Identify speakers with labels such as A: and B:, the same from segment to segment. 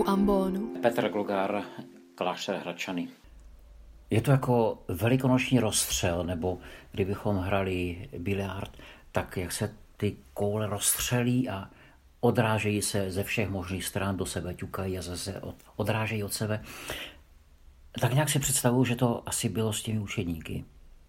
A: u ambonu.
B: Petr Glogár, Klášter Hradčany.
C: Je to jako velikonoční rozstřel, nebo kdybychom hrali biliard, tak jak se ty koule rozstřelí a odrážejí se ze všech možných stran, do sebe ťukají a zase odrážejí od sebe. Tak nějak si představuju, že to asi bylo s těmi učedníky.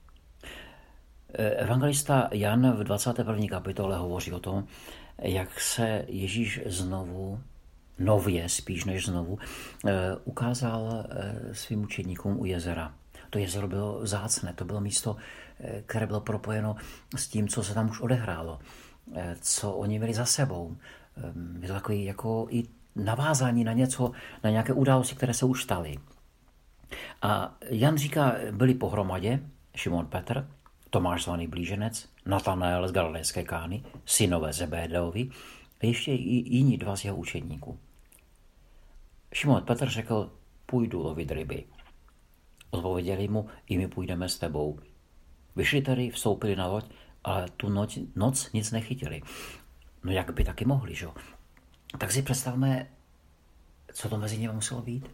C: Evangelista Jan v 21. kapitole hovoří o tom, jak se Ježíš nově spíš než znovu, ukázal svým učedníkům u jezera. To jezero bylo vzácné, to bylo místo, které bylo propojeno s tím, co se tam už odehrálo, co oni měli za sebou. Bylo takový jako i navázání na něco, na nějaké události, které se už staly. A Jan říká, byli pohromadě Šimon Petr, Tomáš zvaný blíženec, Natanael z Galilejské Kány, synové Zebédeovi a ještě i jiní dva z jeho učedníků. Šimon Petr řekl, půjdu lovit ryby. Odpověděli mu, i my půjdeme s tebou. Vyšli tedy, vstoupili na loď, ale tu noc nic nechytili. No jak by taky mohli, že? Tak si představme, co to mezi nimi muselo být.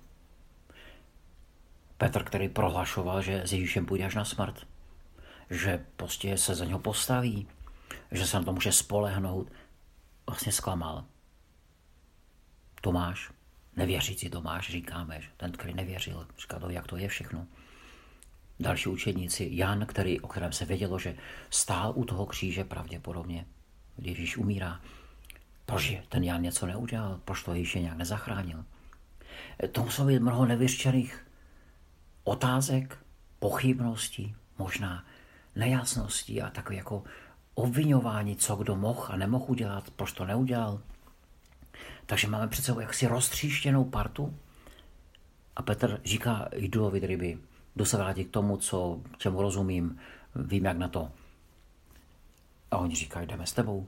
C: Petr, který prohlašoval, že s Ježíšem půjde až na smrt, že prostě se za něho postaví, že se na to může spolehnout, vlastně zklamal. Tomáš, nevěřící Tomáš, říkáme, že ten, který nevěřil, říkal, jak to je všechno. Další učedníci, Jan, o kterém se vědělo, že stál u toho kříže pravděpodobně, když Ježíš umírá. Proč ten Jan něco neudělal? Proč to Ježíše nějak nezachránil? To muselo být mnoho nevyřčených otázek, pochybností, možná nejasností a takové jako obviňování, co kdo mohl a nemohl udělat, proč to neudělal. Takže máme před sebou jaksi roztříštěnou partu a Petr říká, jdu lovit ryby, jdu se vrátit k tomu, čemu rozumím, vím jak na to. A oni říkají, jdeme s tebou.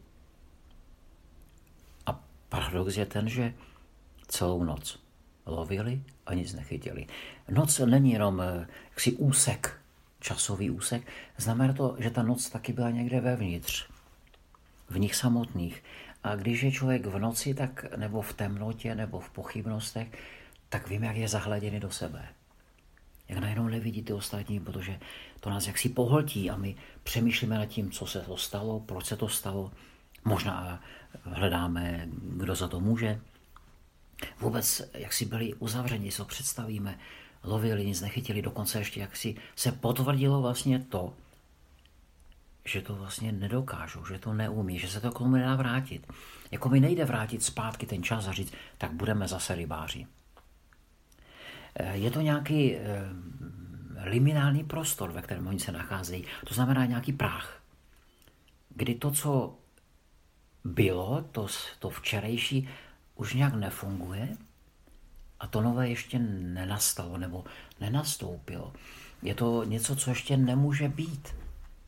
C: A paradox je ten, že celou noc lovili a nic nechytili. Noc není jenom jaksi úsek, časový úsek, znamená to, že ta noc taky byla někde vevnitř, v nich samotných. A když je člověk v noci, tak nebo v temnotě, nebo v pochybnostech, tak vím, jak je zahleděný do sebe. Jak najednou nevidí ty ostatní, protože to nás jaksi pohltí a my přemýšlíme nad tím, co se to stalo, proč se to stalo. Možná hledáme, kdo za to může. Vůbec, jak si byli uzavřeni, si to představíme, lovili, nic nechytili, dokonce ještě jak si se potvrdilo vlastně to, že to vlastně nedokážou, že to neumí, že se to k tomu nedá vrátit. Jako mi nejde vrátit zpátky ten čas a říct, tak budeme zase rybáři. Je to nějaký liminální prostor, ve kterém oni se nacházejí. To znamená nějaký práh, kdy to, co bylo, to včerejší, už nějak nefunguje a to nové ještě nenastalo nebo nenastoupilo. Je to něco, co ještě nemůže být.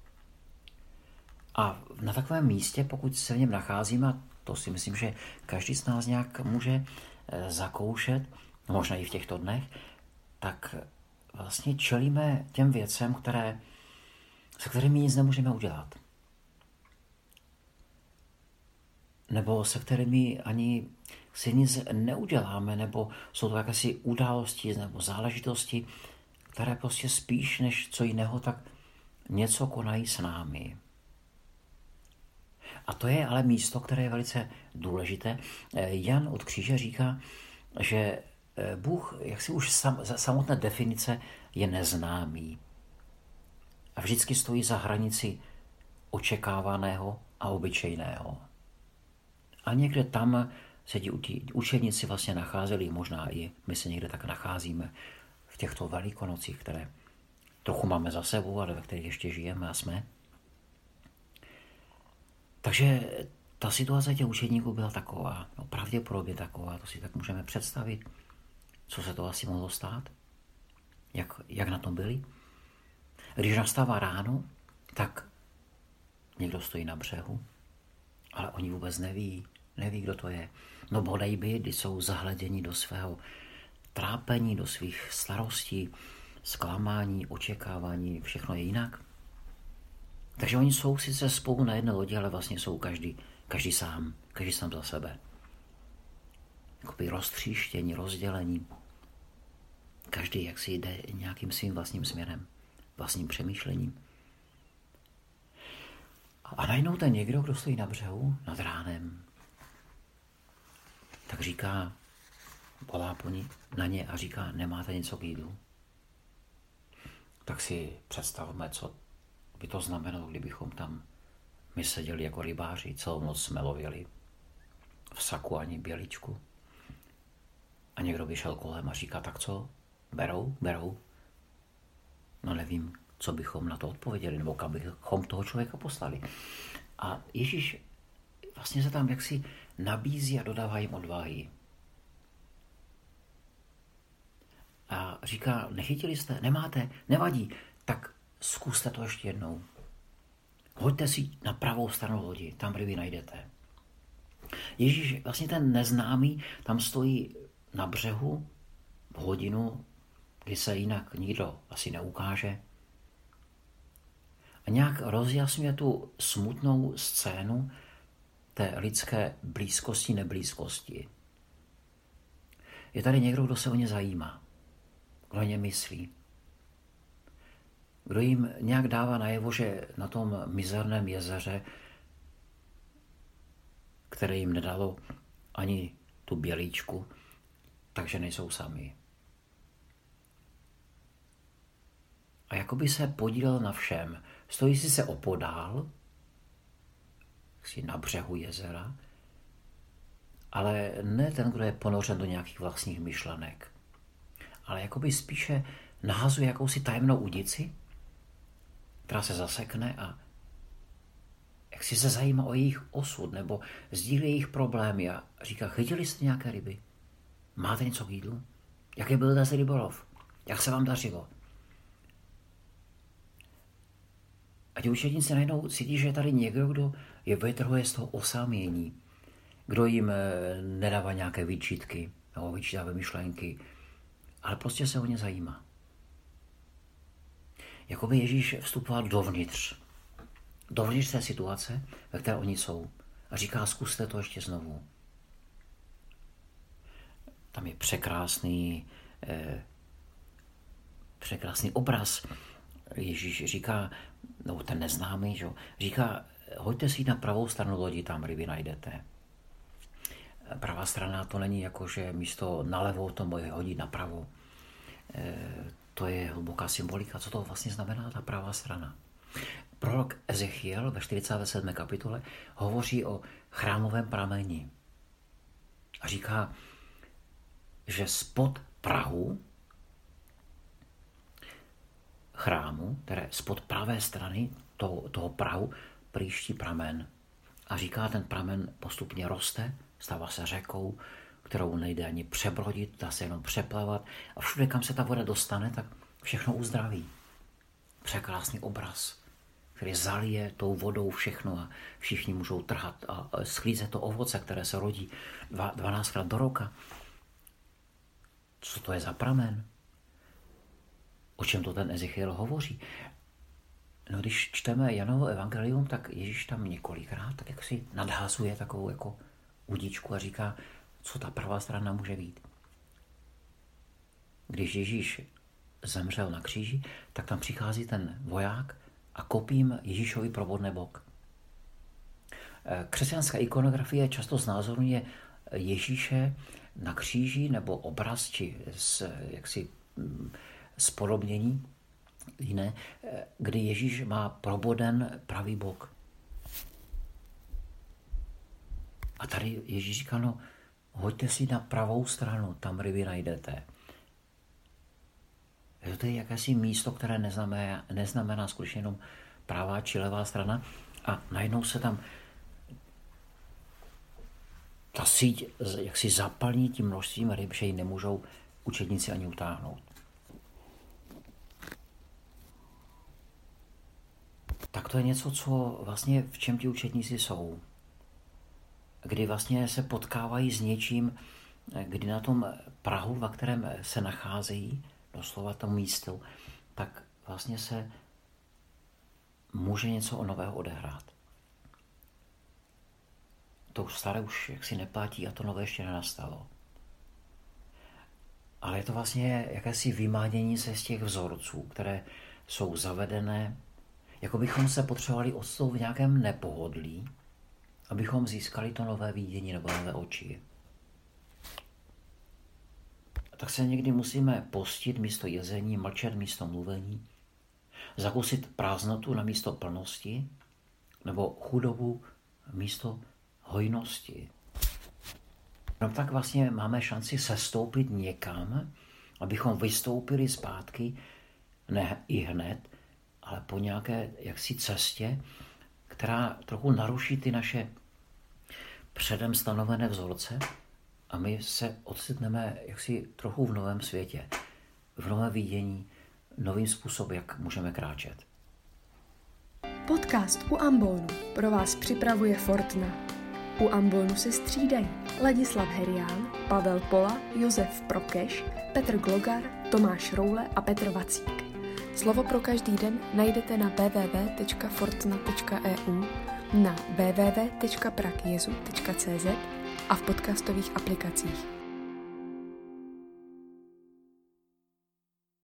C: A na takovém místě, pokud se v něm nacházíme, a to si myslím, že každý z nás nějak může zakoušet, možná i v těchto dnech, tak vlastně čelíme těm věcem, se kterými nic nemůžeme udělat. Nebo se kterými ani si nic neuděláme, nebo jsou to jakési události nebo záležitosti, které prostě spíš než co jiného, tak něco konají s námi. A to je ale místo, které je velice důležité. Jan od kříže říká, že Bůh, jak si už samotná definice, je neznámý. A vždycky stojí za hranici očekávaného a obyčejného. A někde tam se ti učedníci vlastně nacházeli, možná i my se někde tak nacházíme v těchto velikonocích, které trochu máme za sebou, ale ve kterých ještě žijeme a jsme. Takže ta situace těch učedníků byla taková, pravděpodobně taková, to si tak můžeme představit, co se to asi mohlo stát, jak na tom byli. Když nastává ráno, tak někdo stojí na břehu, ale oni vůbec neví, kdo to je. No bodej by, když jsou zahleděni do svého trápení, do svých starostí, zklamání, očekávání, všechno je jinak. Takže oni jsou sice spolu na jedné lodi, ale vlastně jsou každý sám za sebe. jakoby roztříštění, rozdělení. Každý jak si jde nějakým svým vlastním směrem, vlastním přemýšlením. A najednou ten někdo, kdo stojí na břehu nad ránem, tak říká, volá na ně a říká, nemáte něco k jídlu? Tak si představme, co by to znamenalo, kdybychom tam my seděli jako rybáři, celou noc jsme lovili v saku ani běličku. A někdo by šel kolem a říká, tak co? Berou. No nevím, co bychom na to odpověděli, nebo kam bychom toho člověka poslali. A Ježíš vlastně se tam jaksi nabízí a dodává jim odvahy. A říká, nechytili jste, nemáte, nevadí, tak zkuste to ještě jednou. Hoďte si na pravou stranu lodi, tam ryby najdete. Ježíš, vlastně ten neznámý, tam stojí na břehu v hodinu, kdy se jinak nikdo asi neukáže. A nějak rozjasňuje tu smutnou scénu té lidské blízkosti, neblízkosti. Je tady někdo, kdo se o ně zajímá, kdo o ně myslí, kdo jim nějak dává najevo, že na tom mizerném jezeře, které jim nedalo ani tu běličku, takže nejsou sami. A jakoby se podílel na všem. Stojí si se opodál, si na břehu jezera, ale ne ten, kdo je ponořen do nějakých vlastních myšlenek, ale jakoby spíše nahazuje jakousi tajemnou udici, která se zasekne a jak si se zajímá o jejich osud nebo sdílí jejich problémy a říká, chytili jste nějaké ryby? Máte něco k jídlu? Jaký byl dnes rybolov? Jak se vám dařilo? A ti učedníci najednou cítí, že je tady někdo, kdo je vytrhuje z toho osamění, kdo jim nedává nějaké výčitky nebo vyčítavé myšlenky, ale prostě se o ně zajímá. Jakoby Ježíš vstupoval dovnitř té situace, ve které oni jsou a říká, zkuste to ještě znovu. Tam je překrásný obraz. Ježíš říká, no ten neznámý, že? Říká, hoďte si na pravou stranu lodi, tam ryby najdete. Pravá strana to není jako, že místo nalevo to moje hodit napravo. To je hluboká symbolika. Co to vlastně znamená ta pravá strana? Prorok Ezechiel ve 47. kapitole hovoří o chrámovém prameni. A říká, že spod prahu chrámu, tedy spod pravé strany toho prahu, příští pramen. A říká, ten pramen postupně roste, stává se řekou, kterou nejde ani přebrodit, dá se jenom přeplavat. A všude, kam se ta voda dostane, tak všechno uzdraví. Překrásný obraz, který zalije tou vodou všechno a všichni můžou trhat a sklízet to ovoce, které se rodí 12krát do roka. Co to je za pramen? O čem to ten Ezechiel hovoří? No, když čteme Janovo evangelium, tak Ježíš tam několikrát tak jak si nadhazuje takovou jako udičku a říká, co ta pravá strana může být. Když Ježíš zemřel na kříži, tak tam přichází ten voják a kopím Ježíšovi probodne bok. Křesťanská ikonografie často znázorňuje Ježíše na kříži nebo obraz, či jaksi spodobnění jiné, kdy Ježíš má proboden pravý bok. A tady Ježíš říká, no, hoďte si na pravou stranu, tam ryby najdete. To je jakési místo, které neznamená skutečně jenom pravá či levá strana a najednou se tam ta síť jaksi zaplní tím množstvím ryb, že ji nemůžou učedníci ani utáhnout. Tak to je něco, co vlastně v čem ti učedníci jsou. Kdy vlastně se potkávají s něčím, kdy na tom prahu, ve kterém se nacházejí, doslova tom místu, tak vlastně se může něco nového odehrát. To už staré už jaksi neplatí a to nové ještě nenastalo. ale je to vlastně jakési vymánění se z těch vzorců, které jsou zavedené, jako bychom se potřebovali odstnout v nějakém nepohodlí, abychom získali to nové vidění nebo nové oči. Tak se někdy musíme postit místo jezení, mlčet místo mluvení, zakusit prázdnotu na místo plnosti nebo chudobu místo hojnosti. No tak vlastně máme šanci sestoupit někam, abychom vystoupili zpátky, ne i hned, ale po nějaké jaksi cestě, která trochu naruší ty naše předem stanovené vzorce a my se ocitneme jaksi trochu v novém světě, v novém vidění, novým způsobem, jak můžeme kráčet.
A: Podcast u ambonu pro vás připravuje Fortna. U ambonu se střídají Ladislav Herián, Pavel Pola, Josef Prokeš, Petr Glogar, Tomáš Roule a Petr Vacík. Slovo pro každý den najdete na www.fortna.eu, na www.prakjezu.cz a v podcastových aplikacích.